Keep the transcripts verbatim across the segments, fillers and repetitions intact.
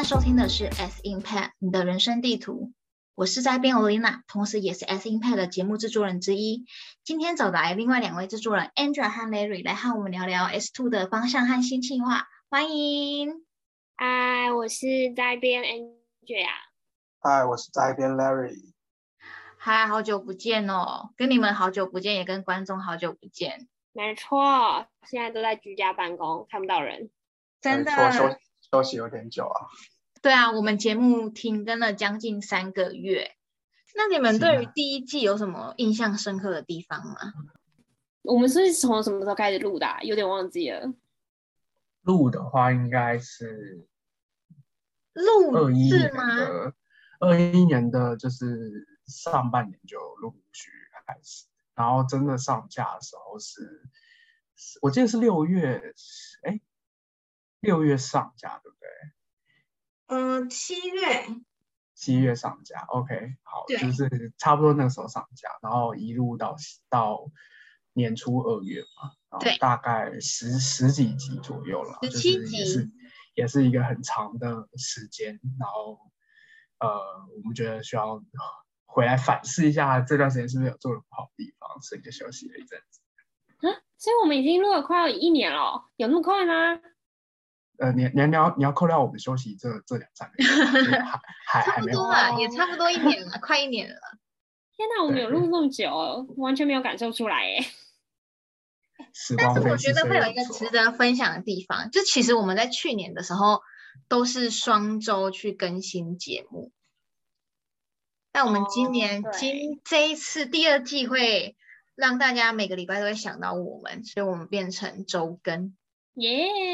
在收听的是 S Impact 你的人生地图，我是在编 Olina， 同时也是 S Impact 的节目制作人之一。今天找来另外两位制作人 Andrea 和 Larry 来和我们聊聊 S 二 的方向和新计划，欢迎。 嗨，我是在编 Andrea。 嗨，我是在编 Larry。 嗨，好久不见哦，跟你们好久不见，也跟观众好久不见。 没错，现在都在居家办公，看不到人。 真的， 休休息有点久啊。 对啊，我们节目停更了将近三个月。那你们对于第一季有什么印象深刻的地方吗？ 我们是从什么时候开始录的、啊？有点忘记了。 录的话应该是录二一年吗？ 的，二一年的就是上半年就陆陆续续开始，然后真的上架的时候是，我记得是六月，哎，六月上架对不对？ 嗯，七月。 七月上架 ，OK， 好， 对， 就是差不多那个时候上架，然后一路到到年初二月嘛，然后大概十十几集左右了，就是也是也是一个很长的时间，然后呃，我们觉得需要回来反思一下这段时间是不是有做的不好的地方，所以就休息了一阵子。 啊，所以我们已经录了快要一年了，有那么快吗？ 呃，你你你要你要扣掉我们休息这这两三个月，还还差不多了，也差不多一年了，快一年了。 天哪，我们有录这么久，完全没有感受出来耶。 但是我觉得会有一个值得分享的地方，就其实我们在去年的时候都是双周去更新节目，但我们今年、哦、今这一次第二季会让大家每个礼拜都会想到我们，所以我们变成周更。 耶、yeah ！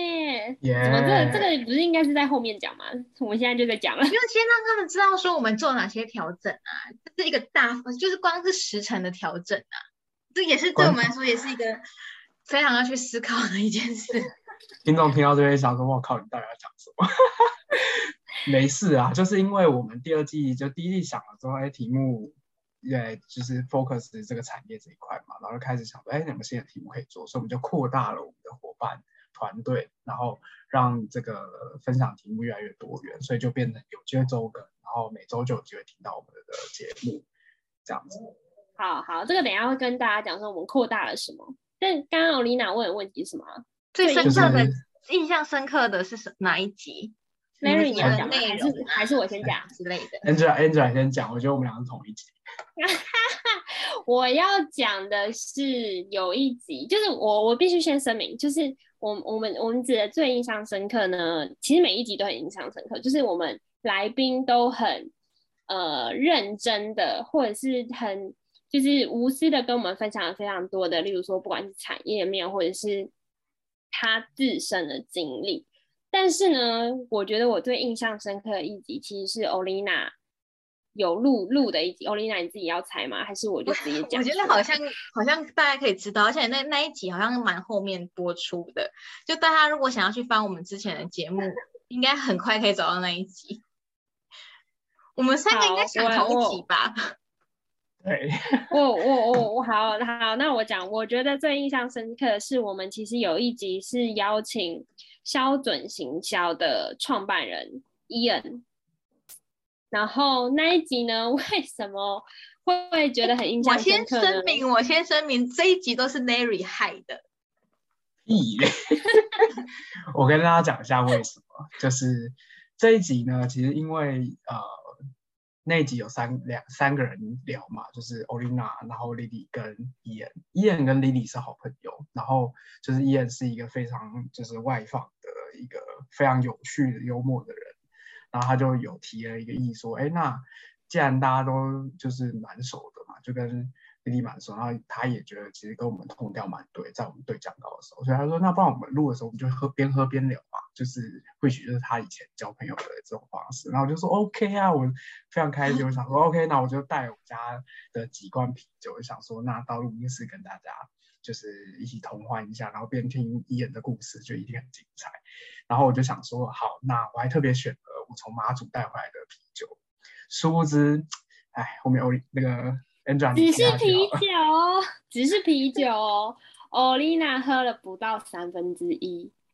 怎么这这个不是应该是在后面讲吗？我们现在就在讲了。 因为先让他们知道说我们做哪些调整啊，这是一个大，就是光是时程的调整啊，这也是对我们来说也是一个非常要去思考的一件事。 听众听到这边想说：“我靠，你到底要讲什么？”没事啊，就是因为我们第二季就第一季想了之后，哎，题目也就是 focus 这个产业这一块嘛，然后就开始想说，哎，有没有新的题目可以做，所以我们就扩大了我们的伙伴团队，然后让这个分享题目越来越多元，所以就变成有机会周更，然后每周就有机会听到我们的节目，这样子。 好好，这个等一下会跟大家讲说我们扩大了什么。但刚刚Olina问的问题是什么？ 最深刻的、就是、印象深刻的是哪一集 ？Larry 你要讲吗？还是还是我先讲之类的 ？Angela Angela 先讲，我觉得我们俩是同一集。 我要讲的是有一集，就是我我必须先声明，就是我我们我们指的最印象深刻呢，其实每一集都很印象深刻，就是我们来宾都很呃认真的，或者是很就是无私的跟我们分享了非常多的，例如说不管是产业面或者是他自身的经历。但是呢，我觉得我最印象深刻的一集其实是 Olina 有录录的一集。Olina 你自己要猜吗？还是我就直接讲？ 我觉得好像好像大家可以知道，而且那那一集好像蛮后面播出的，就大家如果想要去翻我们之前的节目，应该很快可以找到那一集。我们三个应该想同一集吧？ 对， 我我我我好好，那我讲，我觉得最印象深刻的是，我们其实有一集是邀请销准行销的创办人 Ian， 然后那一集呢，为什么会觉得很印象深刻呢？ 我先声明，我先声明，这一集都是 Larry 害的。 屁嘞！我跟大家讲一下为什么，就是这一集呢，其实因为呃。那一集有三两三个人聊嘛，就是 Olina， 然后 Lily 跟 Ian，Ian 跟 Lily 是好朋友，然后就是 Ian 是一个非常就是外放的一个非常有趣的幽默的人，然后他就有提了一个议说，哎，那既然大家都就是蛮熟的嘛，就跟 Lily 蛮熟，然后他也觉得其实跟我们通调蛮对，在我们对讲稿的时候，所以他说那不然我们录的时候我们就喝边喝边聊嘛，就是或许就是他以前交朋友的这种方式，然后我就说 OK 啊，我非常开心，我想说 OK， 那我就带我家的几罐啤酒，想说那到录音室跟大家就是一起同欢一下，然后边听伊恩的故事就一定很精彩，然后我就想说好，那我还特别选了我从马祖带回来的啤酒，殊不知，哎，后面有那个。 只是啤酒，只是啤酒哦。Olina 喝了不到三分之一，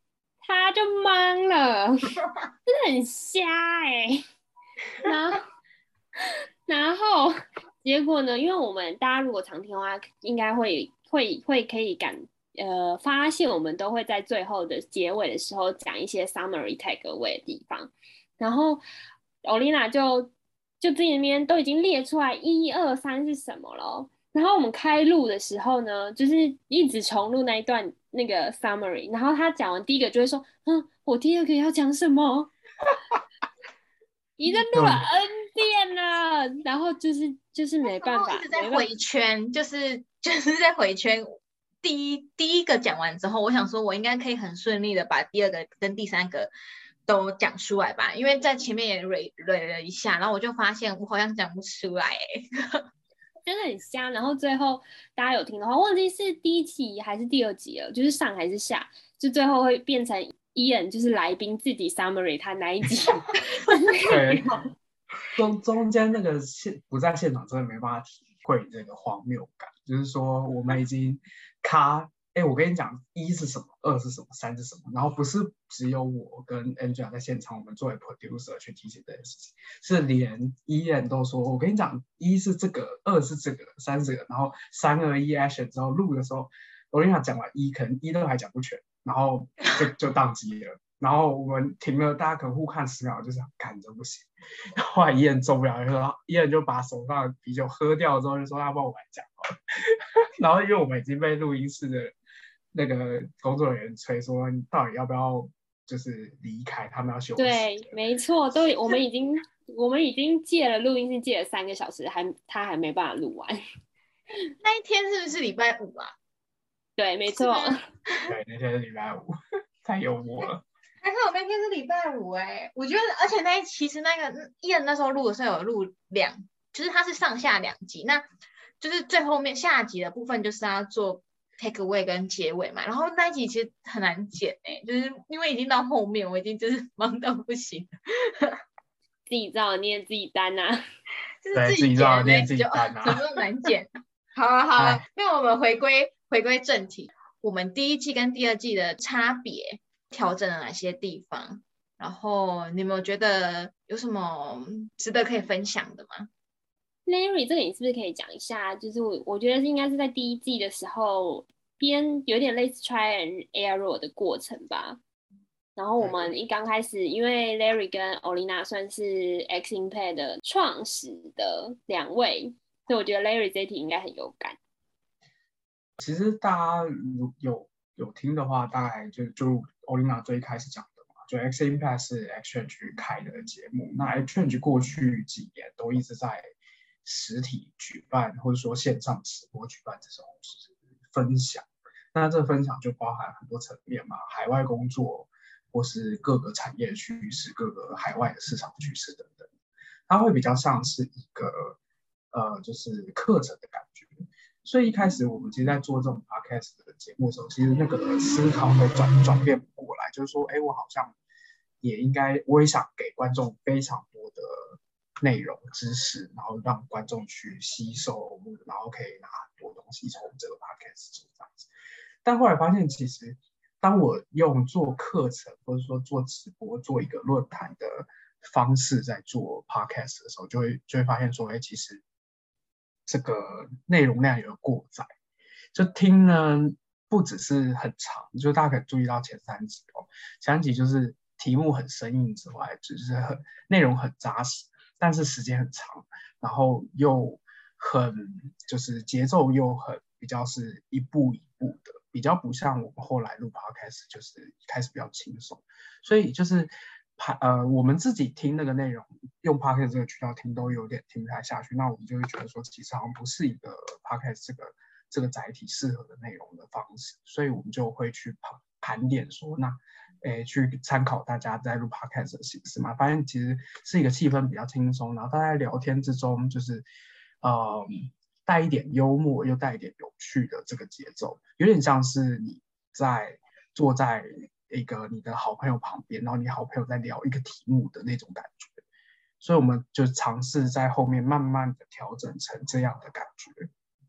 他就懵了，真的很瞎哎、欸。然后，然后结果呢？因为我们大家如果常听的话，应该会会会可以感呃发现，我们都会在最后的结尾的时候讲一些 summary takeaway 的地方。然后 Olina 就就这里面都已经列出来一二三是什么了。然后我们开录的时候呢，就是一直重录那一段那个 summary，然后他讲完第一个就会说：“嗯，我第二个要讲什么？”已经录了 N 遍了，然后就是就是没办法， 一直在回圈，就是就是在回圈。第一第一个讲完之后，我想说，我应该可以很顺利的把第二个跟第三个都讲出来吧，因为在前面也蕊蕊了一下，然后我就发现我好像讲不出来、欸， 真的很香。然后最后大家有听的话，忘记是第一集还是第二集了，就是上还是下，就最后会变成Ian就是来宾自己 summary 他哪一集对，中中间那个现不在现场真的没办法体会这个荒谬感，就是说我们已经卡，哎，我跟你讲，一是什么，二是什么，三是什么，然后不是只有我跟 Angela 在现场，我们作为 producer 去提醒这件事情，是连 Ian 都说，我跟你讲，一是这个，二是这个，三是这个，然后三二一 action 之后录的时候，我跟你讲讲完一，可能一都还讲不全，然后就就宕机了。然后我们停了，大家可能互看十秒，就是看着不行。后来伊人受不了，就说伊人就把手上的啤酒喝掉之后，就说要不然我来讲好了。然后因为我们已经被录音室的那个工作人员催说，你到底要不要就是离开，他们要休息。 对，没错，都我们已经我们已经借了录音室借了三个小时，还他还没办法录完。 那一天是不是礼拜五啊？ 对，没错。 对，那天是礼拜五，太幽默了。 还好那天是礼拜五哎、欸，我觉得，而且那其实那个艺人那时候录的时候有录两，就是他是上下两集，那就是最后面下集的部分就是要做 take away 跟结尾嘛，然后那一集其实很难剪哎、欸，就是因为已经到后面，我已经就是忙到不行， 自己照念自己担啊， 就是自己照念自己担啊， 怎么那么难剪？好了好了，那我们回归回归正题，我们第一季跟第二季的差别。调整了哪些地方？然后你有没有觉得有什么值得可以分享的吗 ？Larry，这个你是不是可以讲一下？就是我我觉得应该是在第一季的时候，边有点类似 try and error 的过程吧。然后我们一刚开始，因为 Larry 跟 Olina 算是 X Impact 的创始的两位，所以我觉得 Larry 这一题应该很有感。 其实大家有有听的话，大概就就 Olina 最开始讲的嘛，就 X Impact 是 Exchange 开的节目。那 Exchange 过去几年都一直在实体举办，或者说线上直播举办这种分享。那这分享就包含很多层面嘛，海外工作，或是各个产业趋势、各个海外的市场趋势等等。它会比较像是一个呃，就是课程的感觉。所以一开始我们其实在做这种 podcast 的节目的时候，其实那个思考会转转变不过来，就是说，哎，我好像也应该，我也想给观众非常多的内容知识，然后让观众去吸收，然后可以拿很多东西从这个 podcast 这样子。但后来发现，其实当我用做课程或者说做直播、做一个论坛的方式在做 podcast 的时候，就会就会发现说，哎，其实这个内容量有过载，就听呢不只是很长，就大家可以注意到前三集哦，前三集就是题目很生硬之外，就是很内容很扎实，但是时间很长，然后又很就是节奏又很比较是一步一步的，比较不像我们后来录 podcast 就是一开始比较轻松，所以就是呃我们自己听那个内容，用 podcast 这个渠道听都有点听不太下去，那我们就会觉得说，其实好像不是一个 podcast 这个这个载体适合的内容的方式，所以我们就会去盘盘点说，那诶去参考大家在录 podcast 的形式嘛，发现其实是一个气氛比较轻松，然后大家聊天之中就是呃带一点幽默又带一点有趣的这个节奏，有点像是你在坐在一个你的好朋友旁边，然后你好朋友在聊一个题目的那种感觉，所以我们就尝试在后面慢慢的调整成这样的感觉。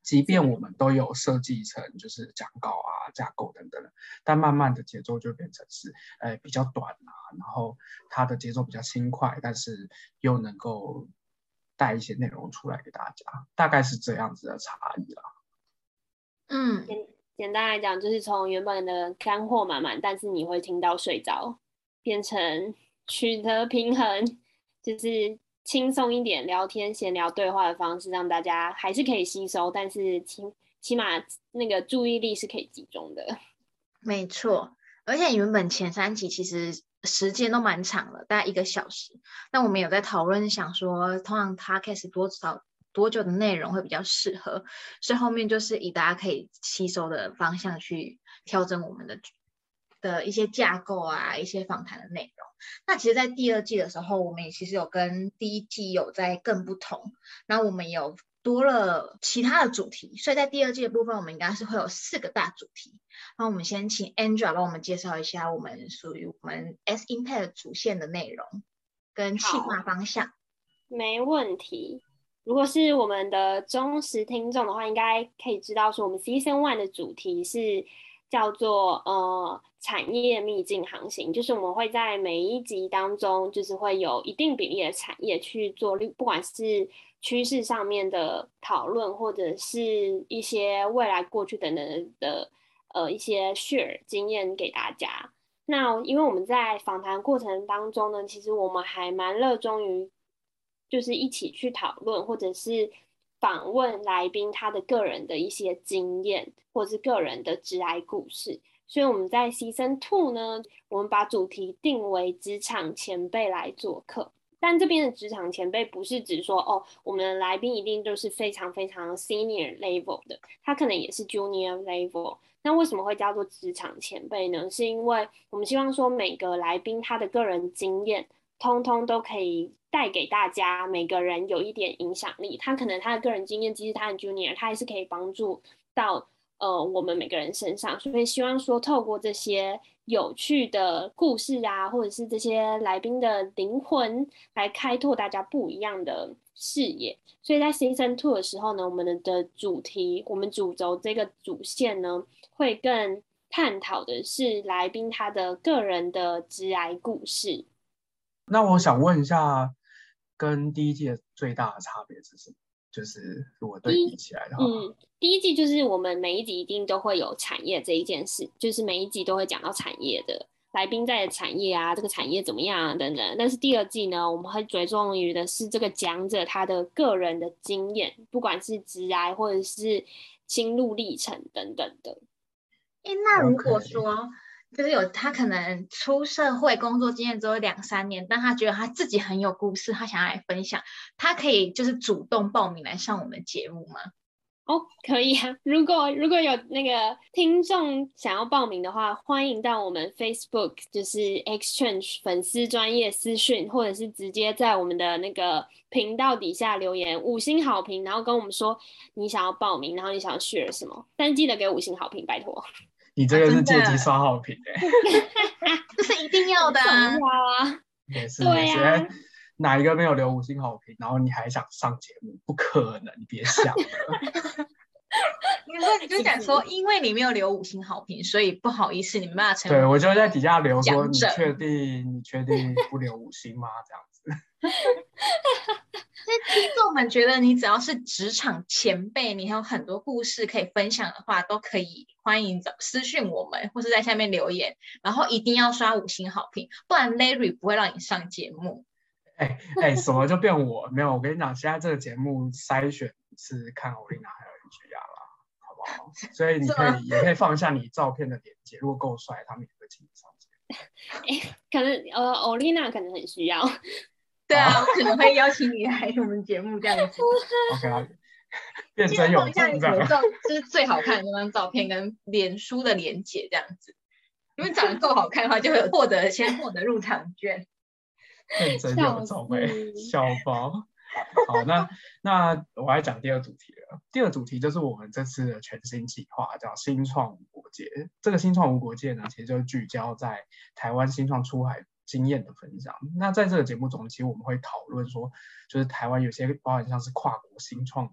即便我们都有设计成就是讲稿啊、架构等等的，但慢慢的节奏就变成是，呃，比较短啊，然后它的节奏比较轻快，但是又能够带一些内容出来给大家，大概是这样子的差异啦。 嗯， 简简单来讲，就是从原本的干货满满，但是你会听到睡着，变成取得平衡，就是轻松一点聊天闲聊对话的方式，让大家还是可以吸收，但是起起码那个注意力是可以集中的。 没错，而且原本前三集其实时间都蛮长了，大概一个小时。那我们有在讨论，想说通常 podcast 多少多久的内容会比较适合，所以后面就是以大家可以吸收的方向去调整我们的的一些架构啊，一些访谈的内容。那其实，在第二季的时候，我们也其实有跟第一季有在更不同，然后我们有多了其他的主题，所以在第二季的部分，我们应该是会有四个大主题。那我们先请 Andrea 帮我们介绍一下我们属于我们 S Impact 主线的内容跟企划方向。 没问题。如果是我们的忠实听众的话，应该可以知道说，我们 Season One 的主题是叫做呃产业秘境航行，就是我们会在每一集当中，就是会有一定比例的产业去做，不管是趋势上面的讨论，或者是一些未来、过去等等的呃一些 share 经验给大家。那因为我们在访谈过程当中呢，其实我们还蛮热衷于就是一起去讨论，或者是访问来宾他的个人的一些经验，或者是个人的职涯故事。所以我们在 Season Two 呢，我们把主题定为职场前辈来做客。但这边的职场前辈不是指说哦，我们的来宾一定都是非常非常 senior level 的，他可能也是 junior level。那为什么会叫做职场前辈呢？是因为我们希望说每个来宾他的个人经验，通通都可以带给大家每个人有一点影响力。他可能他的个人经验，即使他很 junior， 他还是可以帮助到呃我们每个人身上。所以希望说透过这些有趣的故事啊，或者是这些来宾的灵魂，来开拓大家不一样的视野。所以在 Season Two 的时候呢，我们的主题，我们主轴这个主线呢，会更探讨的是来宾他的个人的职涯故事。 那我想问一下，跟第一季的最大的差别是什么？就是如果对比起来的话， 嗯，第一季就是我们每一集一定都会有产业这一件事，就是每一集都会讲到产业的来宾在产业啊，这个产业怎么样啊等等。但是第二季呢，我们会着重于的是这个讲者他的个人的经验，不管是职涯或者是心路历程等等的。 诶，那如果说、okay. 就是有他可能出社会工作经验只有两三年，但他觉得他自己很有故事，他想要来分享，他可以就是主动报名来上我们节目吗？ 哦，可以啊！如果如果有那个听众想要报名的话，欢迎到我们 Facebook 就是 Exchange 粉丝专页私讯，或者是直接在我们的那个频道底下留言五星好评，然后跟我们说你想要报名，然后你想要 share 什么，但是记得给五星好评，拜托。 你这个是借机刷好评哎、 欸，这是一定要的啊！ 啊也是也是、啊，哪一个没有留五星好评，然后你还想上节目？不可能，你别想了。 你说你就想说，因为你没有留五星好评，所以不好意思，你没办法成为。 对，我就在底下留说，你确定你确定不留五星吗？这样子。 那听众们觉得你只要是职场前辈，你还有很多故事可以分享的话，都可以欢迎私讯我们，或是在下面留言，然后一定要刷五星好评，不然 Larry 不会让你上节目。 哎哎，什么就变我？没有，我跟你讲，现在这个节目筛选是看欧丽娜还有 N G R 啦，好不好？所以你可以也可以放下你照片的链接，如果够帅，他们也会请你上节目。 哎，可能呃，欧丽娜可能很需要。 对啊，我可能会邀请你来我们节目这样子。 OK 啊，变真有这样照就是最好看的那张照片跟脸书的连结这样子。如果长得够好看的话，就会有获得先获得入场券。 变真有照片，笑爆。好，那那我来讲第二主题了。第二主题就是我们这次的全新企划，叫新创无国界。这个新创无国界呢，其实就聚焦在台湾新创出海经验的分享。那在这个节目中，其实我们会讨论说，就是台湾有些包含像是跨国新创的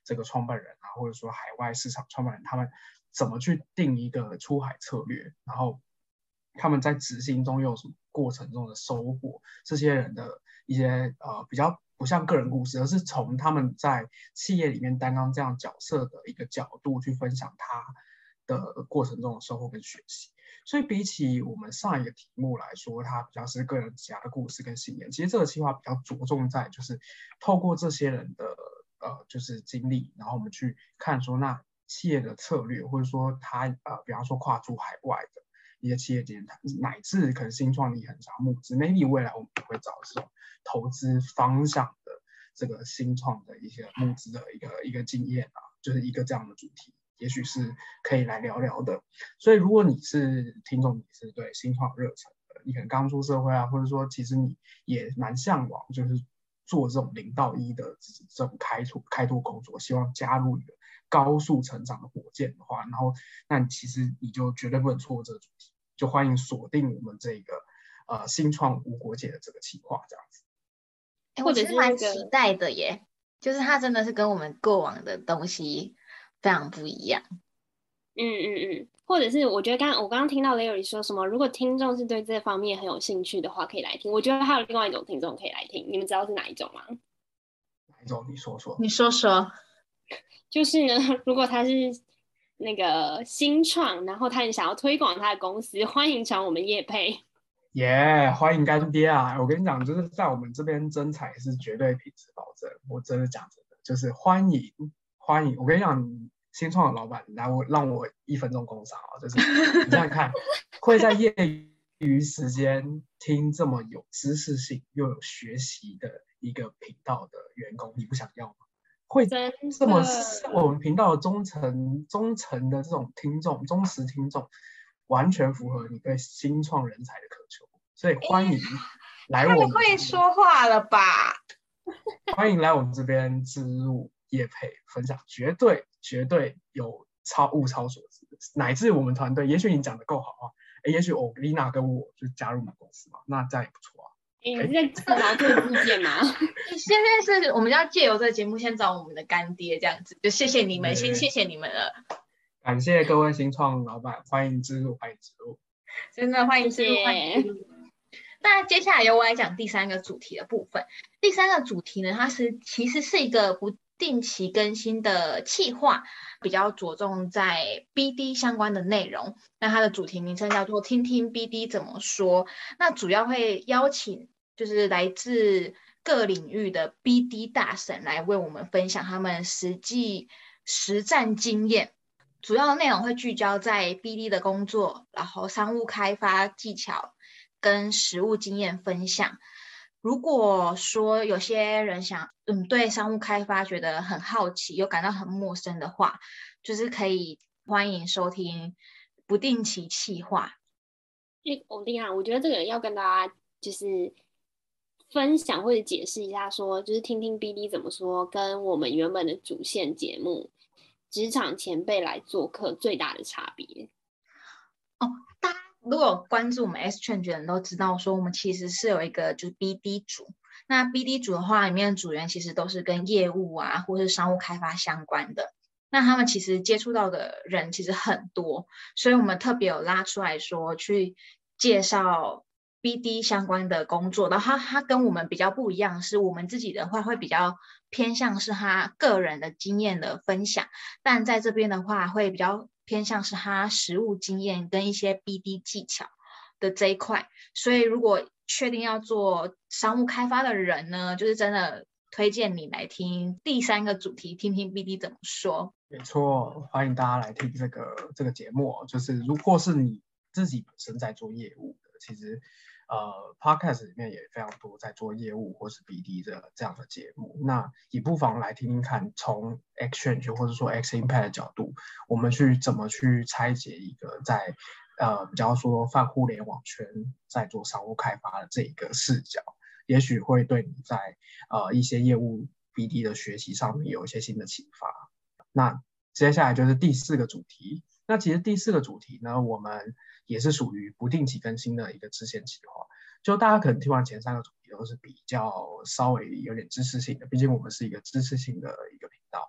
这个创办人啊，或者说海外市场创办人，他们怎么去定一个出海策略，然后他们在执行中又有什么过程中的收获，这些人的一些呃比较不像个人故事，而是从他们在企业里面担当这样角色的一个角度去分享他的过程中的收获跟学习。所以比起我们上一个题目来说，它比较是个人职涯的故事跟信念，其实这个计划比较着重在就是透过这些人的呃就是经历，然后我们去看说那企业的策略，或者说他呃比方说跨出海外的一些企业经验，乃至可能新创力很长募资 ，maybe 未来我们也会找这种投资方向的这个新创的一些募资的一个一个经验啊，就是一个这样的主题。也许是可以来聊聊的。所以如果你是听众，你是对新创热忱的，你可能刚出社会啊，或者说其实你也蛮向往就是做这种零到一的这种开拓开拓工作，希望加入一个高速成长的火箭的话，然后那你其实你就绝对不能错过这个主题，就欢迎锁定我们这个呃新创无国界的这个企划这样子。 欸、我其实蛮期待的耶，就是它真的是跟我们过往的东西非常不一样。 嗯嗯嗯，或者是我觉得刚我刚刚听到 Larry 说什么，如果听众是对这方面很有兴趣的话，可以来听。我觉得还有另外一种听众可以来听，你们知道是哪一种吗？ 哪一种？你说说。 你说说。 就是呢，如果他是那个新创，然后他很想要推广他的公司，欢迎找我们业配。 耶、yeah, 欢迎干爹啊！我跟你讲，就是在我们这边征才是绝对品质保证，我真的讲真的，就是欢迎欢迎。我跟你讲，新创的老板来我让我一分钟工商啊，就是你想想看，会在业余时间听这么有知识性又有学习的一个频道的员工，你不想要吗？会这么是我们频道的忠诚忠诚的这种听众，忠实听众。完全符合你对新创人才的渴求，所以欢迎来我们。 太会说话了吧！ 欢迎来我们这边植入业配分享，绝对绝对有超物超所值，乃至我们团队，也许你讲的够好啊，也许我 Lina 跟我就加入你们公司嘛，那这样也不错啊。 你是在自矛盾自荐吗？ 现在是我们要借由这个节目先找我们的干爹，这样子就谢谢你们，先谢谢你们了。 感谢各位新创老板，欢迎植入，欢迎植入， 真的欢迎植入，欢迎植入。那接下来由我来讲第三个主题的部分。第三个主题呢，它是其实是一个不定期更新的企划，比较着重在 B D 相关的内容。那它的主题名称叫做“听听 B D 怎么说”。那主要会邀请就是来自各领域的 B D 大神来为我们分享他们实际实战经验。主要的内容会聚焦在 B D 的工作，然后商务开发技巧跟实务经验分享。如果说有些人想嗯对商务开发觉得很好奇又感到很陌生的话，就是可以欢迎收听不定期企划。 我厉害，我觉得这个要跟大家就是分享或者解释一下说，就是听听 B D 怎么说，跟我们原本的主线节目职场前辈来做客最大的差别。 哦，大家如果关注我们 S Change 的人都知道说，我们其实是有一个就是 B D 组。那 B D 组的话，里面的组员其实都是跟业务啊或是商务开发相关的。那他们其实接触到的人其实很多，所以我们特别有拉出来说去介绍 B D 相关的工作。然后他跟我们比较不一样，是我们自己的话会比较偏向是他个人的经验的分享，但在这边的话会比较偏向是他实务经验跟一些 B D 技巧的这一块。所以如果确定要做商务开发的人呢，就是真的推荐你来听第三个主题，听听 B D 怎么说。 没错，欢迎大家来听这个这个节目。就是如果是你自己本身在做业务的，其实呃 podcast 里面也非常多在做业务或是 B D 的这样的节目，那也不妨来听听看，从 Exchange 或者说 X Impact 的角度，我们去怎么去拆解一个在呃比较说泛互联网圈在做商务开发的这一个视角，也许会对你在呃一些业务 B D 的学习上面有一些新的启发。那接下来就是第四个主题。那其实第四个主题呢，我们也是属于不定期更新的一个支线企划。就大家可能听完前三个主题都是比较稍微有点知识性的，毕竟我们是一个知识性的一个频道。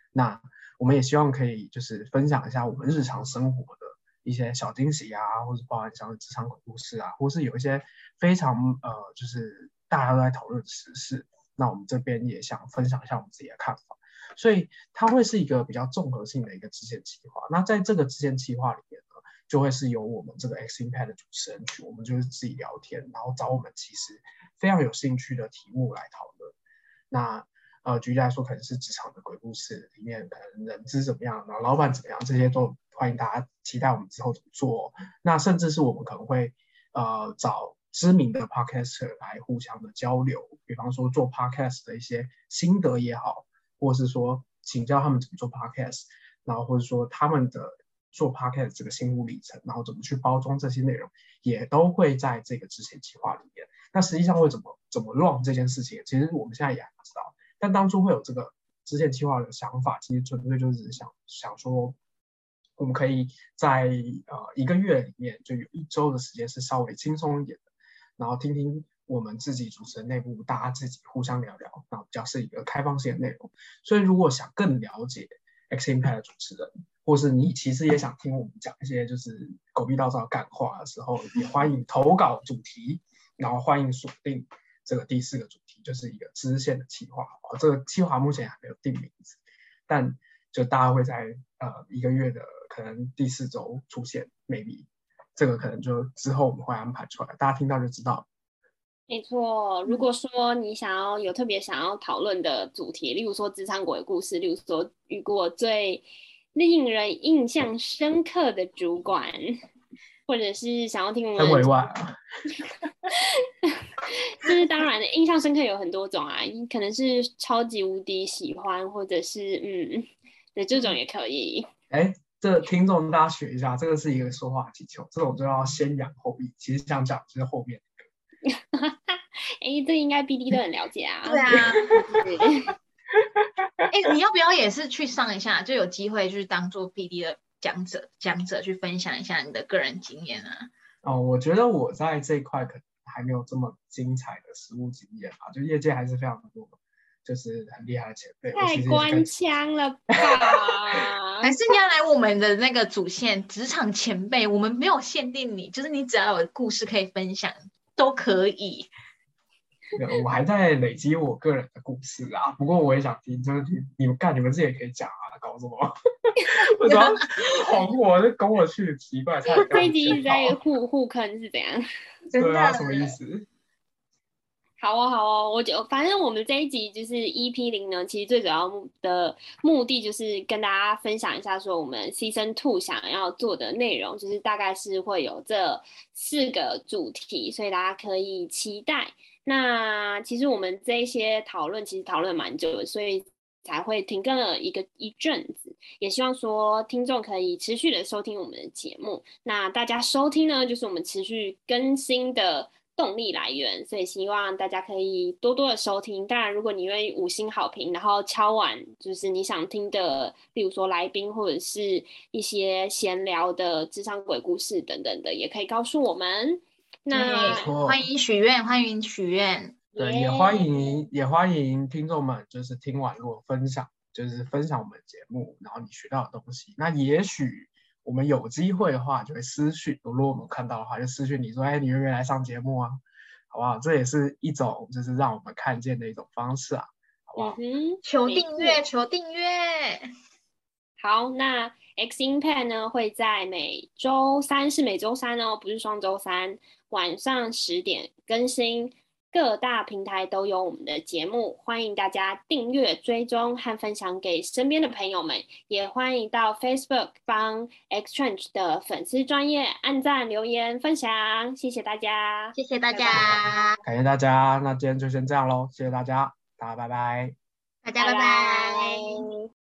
那我们也希望可以就是分享一下我们日常生活的一些小惊喜啊，或是包含像是职场鬼故事啊，或是有一些非常呃就是大家都在讨论的时事，那我们这边也想分享一下我们自己的看法，所以它会是一个比较综合性的一个支线企划。那在这个支线企划里面呢，就会是由我们这个 X Impact 的主持人去，我们就是自己聊天，然后找我们其实非常有兴趣的题目来讨论。那呃，举例来说，可能是职场的鬼故事里面，可能人资怎么样，然后老板怎么样，这些都欢迎大家期待我们之后怎么做。那甚至是我们可能会呃找知名的 podcaster 来互相的交流，比方说做 podcast 的一些心得也好，或是说请教他们怎么做 podcast， 然后或者说他们的做 podcast 这个心路历程，然后怎么去包装这些内容，也都会在这个支线计划里面。那实际上会怎么怎么 run 这件事情，其实我们现在也还不知道。但当初会有这个支线计划的想法，其实纯粹就是想想说，我们可以在呃一个月里面就有一周的时间是稍微轻松一点的，然后听听我们自己主持人内部大家自己互相聊聊，然后比较是一个开放性的内容。所以如果想更了解 X Impact 的主持人，或是你其实也想听我们讲一些就是狗屁倒灶干话的时候，也欢迎投稿主题，然后欢迎锁定这个第四个主题，就是一个支线的企划。这个企划目前还没有定名字，但就大家会在呃一个月的可能第四周出现 ，maybe 这个可能就之后我们会安排出来，大家听到就知道。 没错，如果说你想要有特别想要讨论的主题，例如说职场鬼故事，例如说遇过最令人印象深刻的主管，或者是想要听我们很委婉啊。 就是当然的，印象深刻有很多种啊，可能是超级无敌喜欢，或者是嗯的这种也可以。 哎，这听众大家学一下，这个是一个说话技巧，这种就要先扬后抑。其实想讲就是后面哎、欸，这应该 B D 都很了解啊。 对啊。哎、欸，你要不要也是去上一下，就有机会去当做 B D 的讲者，讲者去分享一下你的个人经验啊？ 哦，我觉得我在这一块可能还没有这么精彩的实务经验吧，就业界还是非常多，就是很厉害的前辈。 太官腔了吧？ 还是你要来我们的那个主线职场前辈？我们没有限定你，就是你只要有故事可以分享都可以。 我还在累积我个人的故事啊，不过我也想听，就是你们干，你们自己也可以讲啊，搞什么？为什么哄我，就跟我去奇怪？ 这一集一直在互互坑是怎样？ 对啊，什么意思？ 好哦，好哦，我就反正我们这一集就是 E P 零呢，其实最主要的目的就是跟大家分享一下，说我们 Season Two 想要做的内容，就是大概是会有这四个主题，所以大家可以期待。那其实我们这些讨论其实讨论蛮久的，所以才会停更了一个一阵子，也希望说听众可以持续的收听我们的节目。那大家收听呢，就是我们持续更新的动力来源，所以希望大家可以多多的收听。当然，如果你愿意五星好评，然后敲碗就是你想听的，例如说来宾或者是一些闲聊的职场鬼故事等等的，也可以告诉我们。那欢迎许愿，欢迎许愿。 对，也欢迎也欢迎听众们，就是听完如果分享，就是分享我们的节目，然后你学到的东西，那也许我们有机会的话就会私讯，如果我们看到的话就私讯你说，哎，你愿不愿意来上节目啊？好不好？这也是一种就是让我们看见的一种方式啊，好不好？ 嗯哼， 求订阅，求订阅。 好，那 X Impact 呢会在每周三，是每周三哦，不是双周三，晚上十点更新。各大平台都有我们的节目，欢迎大家订阅、追踪和分享给身边的朋友们，也欢迎到 Facebook 帮 Xchange 的粉丝专页按赞、留言、分享，谢谢大家， 谢谢大家， 感谢大家，那今天就先这样咯，谢谢大家，大家拜拜， 大家拜拜。